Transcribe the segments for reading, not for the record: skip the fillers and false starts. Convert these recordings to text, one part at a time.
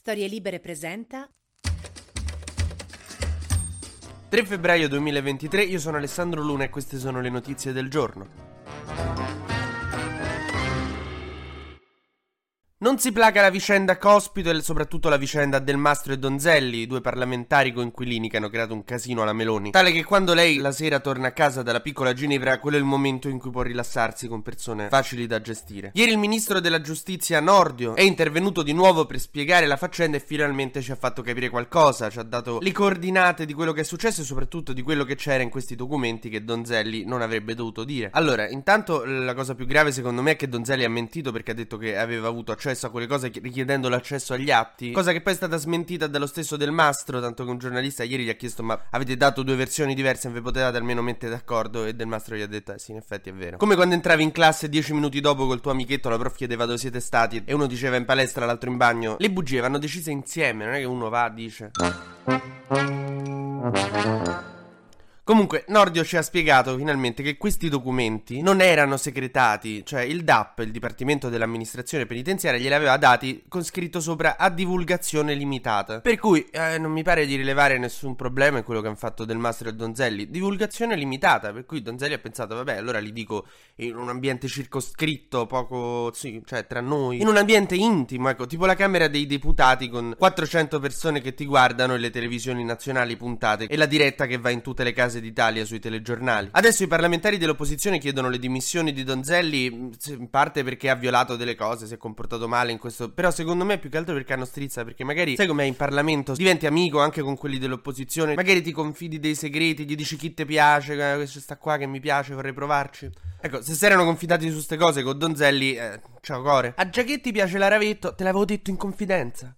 Storie Libere presenta 3 febbraio 2023, io sono Alessandro Luna e queste sono le notizie del giorno. Non si placa la vicenda Cospito e soprattutto la vicenda Del Mastro e Donzelli, i due parlamentari coinquilini che hanno creato un casino alla Meloni, tale che quando lei la sera torna a casa dalla piccola Ginevra, quello è il momento in cui può rilassarsi con persone facili da gestire. Ieri il ministro della giustizia Nordio è intervenuto di nuovo per spiegare la faccenda e finalmente ci ha fatto capire qualcosa, ci ha dato le coordinate di quello che è successo e soprattutto di quello che c'era in questi documenti che Donzelli non avrebbe dovuto dire. Allora, intanto la cosa più grave secondo me è che Donzelli ha mentito perché ha detto che aveva avuto accesso a quelle cose richiedendo l'accesso agli atti, cosa che poi è stata smentita dallo stesso Del Mastro, tanto che un giornalista ieri gli ha chiesto: ma avete dato due versioni diverse, non vi potevate almeno mettere d'accordo? E Del Mastro gli ha detto sì, in effetti è vero. Come quando entravi in classe 10 minuti dopo col tuo amichetto, la prof chiedeva dove siete stati e uno diceva in palestra, l'altro in bagno. Le bugie vanno decise insieme, non è che uno va, dice. Comunque, Nordio ci ha spiegato finalmente che questi documenti non erano segretati, cioè il DAP, il Dipartimento dell'Amministrazione Penitenziaria, glieli aveva dati con scritto sopra a divulgazione limitata. Per cui non mi pare di rilevare nessun problema in quello che hanno fatto Del Mastro e Donzelli. Divulgazione limitata, per cui Donzelli ha pensato, vabbè, allora li dico in un ambiente circoscritto, poco, sì, cioè tra noi, in un ambiente intimo, ecco, tipo la Camera dei Deputati con 400 persone che ti guardano e le televisioni nazionali puntate e la diretta che va in tutte le case d'Italia sui telegiornali. Adesso i parlamentari dell'opposizione chiedono le dimissioni di Donzelli, in parte perché ha violato delle cose, si è comportato male in questo, però secondo me più che altro perché hanno strizza, perché magari sai com'è in Parlamento, diventi amico anche con quelli dell'opposizione, magari ti confidi dei segreti, gli dici chi ti piace, questo sta qua che mi piace, vorrei provarci. Ecco, se si erano confidati su ste cose con Donzelli, ciao core. A Giachetti piace la Ravetto, te l'avevo detto in confidenza.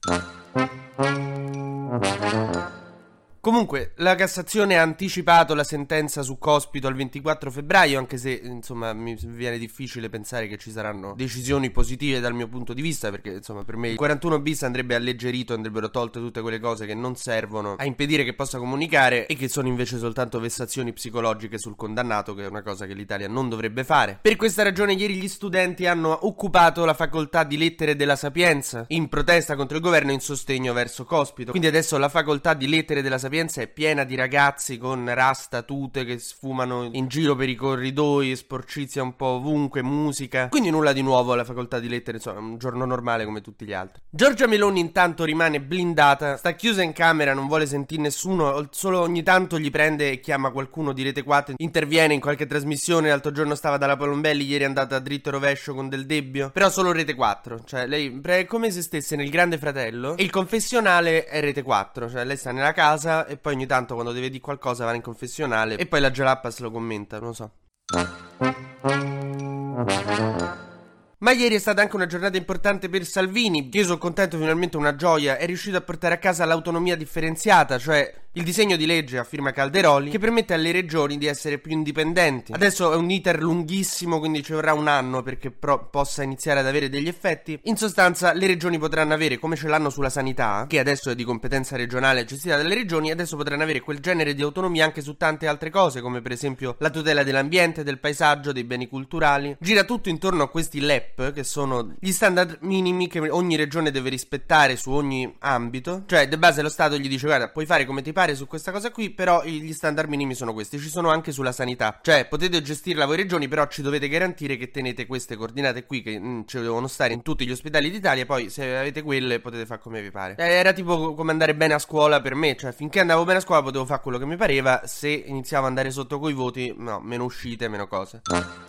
Comunque, la Cassazione ha anticipato la sentenza su Cospito al 24 febbraio, anche se, insomma, mi viene difficile pensare che ci saranno decisioni positive dal mio punto di vista, perché, insomma, per me il 41 bis andrebbe alleggerito, andrebbero tolte tutte quelle cose che non servono a impedire che possa comunicare e che sono invece soltanto vessazioni psicologiche sul condannato, che è una cosa che l'Italia non dovrebbe fare. Per questa ragione ieri gli studenti hanno occupato la facoltà di lettere della Sapienza in protesta contro il governo e in sostegno verso Cospito. Quindi adesso la facoltà di lettere della Sapienza è piena di ragazzi con rasta, tute che sfumano in giro per i corridoi, sporcizia un po' ovunque, musica. Quindi nulla di nuovo alla facoltà di lettere, insomma, un giorno normale come tutti gli altri. Giorgia Meloni intanto rimane blindata, sta chiusa in camera, non vuole sentire nessuno, solo ogni tanto gli prende e chiama qualcuno di Rete 4, interviene in qualche trasmissione, l'altro giorno stava dalla Palombelli, ieri è andata a dritto e rovescio con Del Debbio, però solo Rete 4, cioè lei è come se stesse nel Grande Fratello e il confessionale è Rete 4, cioè lei sta nella casa e poi ogni tanto quando deve dire qualcosa va in confessionale e poi la Gelappas lo commenta, non lo so. Ma ieri è stata anche una giornata importante per Salvini. Io sono contento, finalmente una gioia. È riuscito a portare a casa l'autonomia differenziata, cioè il disegno di legge a firma Calderoli che permette alle regioni di essere più indipendenti. Adesso è un iter lunghissimo, quindi ci vorrà un anno perché possa iniziare ad avere degli effetti. In sostanza le regioni potranno avere, come ce l'hanno sulla sanità, che adesso è di competenza regionale gestita dalle regioni, adesso potranno avere quel genere di autonomia anche su tante altre cose, come per esempio la tutela dell'ambiente, del paesaggio, dei beni culturali. Gira tutto intorno a questi LEP, che sono gli standard minimi che ogni regione deve rispettare su ogni ambito. Cioè, di base lo Stato gli dice: guarda, puoi fare come ti pare su questa cosa qui, però gli standard minimi sono questi. Ci sono anche sulla sanità, cioè potete gestirla voi regioni, però ci dovete garantire che tenete queste coordinate qui che ci devono stare in tutti gli ospedali d'Italia. Poi se avete quelle potete fare come vi pare. Era tipo come andare bene a scuola per me, cioè finché andavo bene a scuola potevo fare quello che mi pareva. Se iniziavo ad andare sotto coi voti, no, meno uscite, meno cose.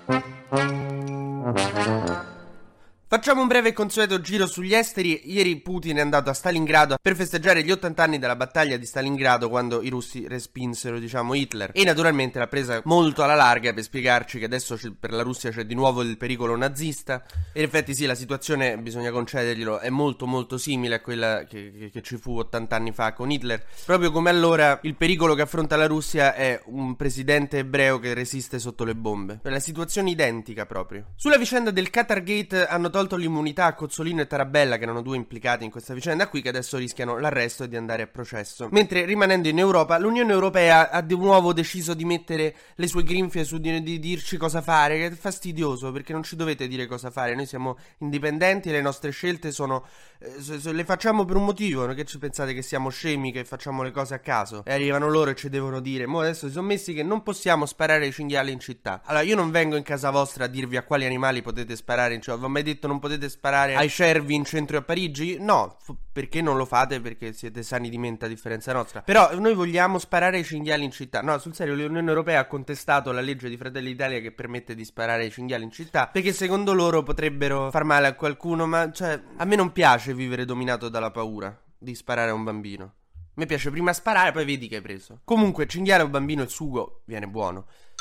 Facciamo un breve e consueto giro sugli esteri. Ieri Putin è andato a Stalingrado per festeggiare gli 80 anni della battaglia di Stalingrado, quando i russi respinsero, diciamo, Hitler. E naturalmente l'ha presa molto alla larga per spiegarci che adesso per la Russia c'è di nuovo il pericolo nazista. E in effetti sì, la situazione, bisogna concederglielo, è molto molto simile a quella che ci fu 80 anni fa con Hitler. Proprio come allora il pericolo che affronta la Russia è un presidente ebreo che resiste sotto le bombe. La situazione identica proprio. Sulla vicenda del Qatar Gate hanno tolto l'immunità a Cozzolino e Tarabella, che erano 2 implicati in questa vicenda qui, che adesso rischiano l'arresto e di andare a processo. Mentre, rimanendo in Europa, l'Unione Europea ha di nuovo deciso di mettere le sue grinfie su di dirci cosa fare, che è fastidioso, perché non ci dovete dire cosa fare. Noi siamo indipendenti e le nostre scelte sono le facciamo per un motivo, non è che ci pensate che siamo scemi, che facciamo le cose a caso e arrivano loro e ci devono dire: mo adesso si sono messi che non possiamo sparare ai cinghiali in città. Allora, io non vengo in casa vostra a dirvi a quali animali potete sparare in città. Vi ho mai detto non potete sparare ai cervi in centro a Parigi? No, perché non lo fate? Perché siete sani di mente a differenza nostra. Però noi vogliamo sparare ai cinghiali in città. No, sul serio, l'Unione Europea ha contestato la legge di Fratelli d'Italia che permette di sparare ai cinghiali in città, perché secondo loro potrebbero far male a qualcuno. Ma cioè, a me non piace vivere dominato dalla paura di sparare a un bambino. A me piace prima sparare, poi vedi che hai preso. Comunque, cinghiale o bambino, il sugo viene buono.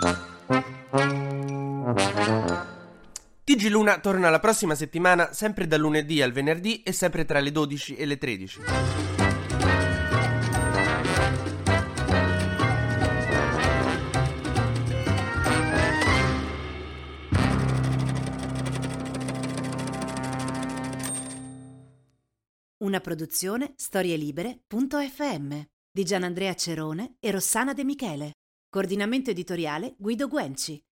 TG Luna torna la prossima settimana, sempre dal lunedì al venerdì e sempre tra le 12 e le 13. Una produzione storielibere.fm di Gianandrea Cerone e Rossana De Michele. Coordinamento editoriale Guido Guenci.